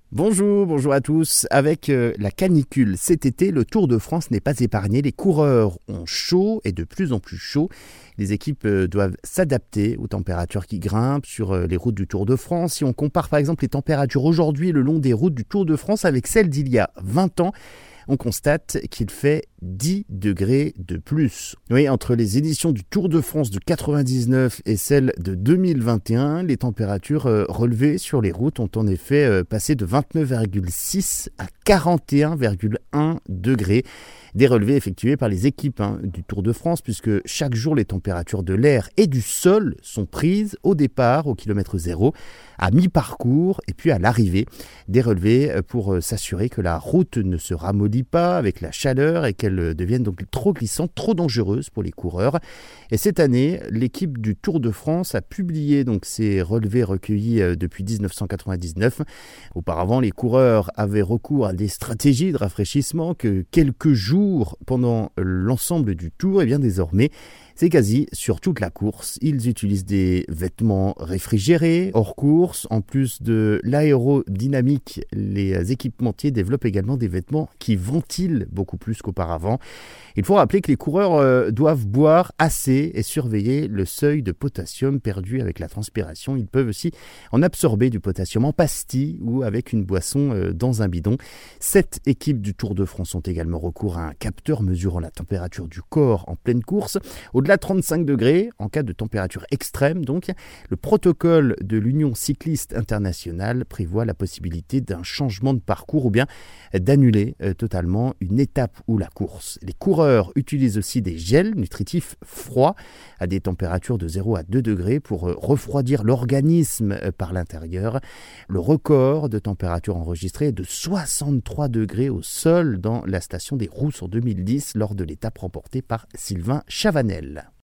Bonjour à tous. Avec la canicule cet été, le Tour de France n'est pas épargné. Les coureurs ont chaud et de plus en plus chaud. Les équipes doivent s'adapter aux températures qui grimpent sur les routes du Tour de France. Si on compare par exemple les températures aujourd'hui le long des routes du Tour de France avec celles d'il y a 20 ans, on constate qu'il fait 10 degrés de plus. Oui, entre les éditions du Tour de France de 99 et celles de 2021, les températures relevées sur les routes ont en effet passé de 29,6 à 41,1 degrés. Des relevés effectués par les équipes du Tour de France, puisque chaque jour les températures de l'air et du sol sont prises au départ, au kilomètre zéro, à mi-parcours et puis à l'arrivée. Des relevés pour s'assurer que la route ne se ramollit pas avec la chaleur et qu'elle devienne donc trop glissante, trop dangereuse pour les coureurs. Et cette année, l'équipe du Tour de France a publié donc ces relevés recueillis depuis 1999. Auparavant, les coureurs avaient recours à des stratégies de rafraîchissement que quelques jours pendant l'ensemble du Tour. Et bien désormais, c'est quasi sur toute la course. Ils utilisent des vêtements réfrigérés hors course. En plus de l'aérodynamique, les équipementiers développent également des vêtements qui ventilent beaucoup plus qu'auparavant. Il faut rappeler que les coureurs doivent boire assez et surveiller le seuil de potassium perdu avec la transpiration. Ils peuvent aussi en absorber du potassium en pastille ou avec une boisson dans un bidon. 7 équipes du Tour de France ont également recours à un capteur mesurant la température du corps en pleine course. Au-delà de 35 degrés, en cas de température extrême, donc, le protocole de l'Union cycliste internationale prévoit la possibilité d'un changement de parcours ou bien d'annuler totalement une étape ou la course. Les coureurs utilisent aussi des gels nutritifs froids à des températures de 0 à 2 degrés pour refroidir l'organisme par l'intérieur. Le record de température enregistré est de 63 degrés au sol dans la station des Rousses en 2010 lors de l'étape remportée par Sylvain Chavanel.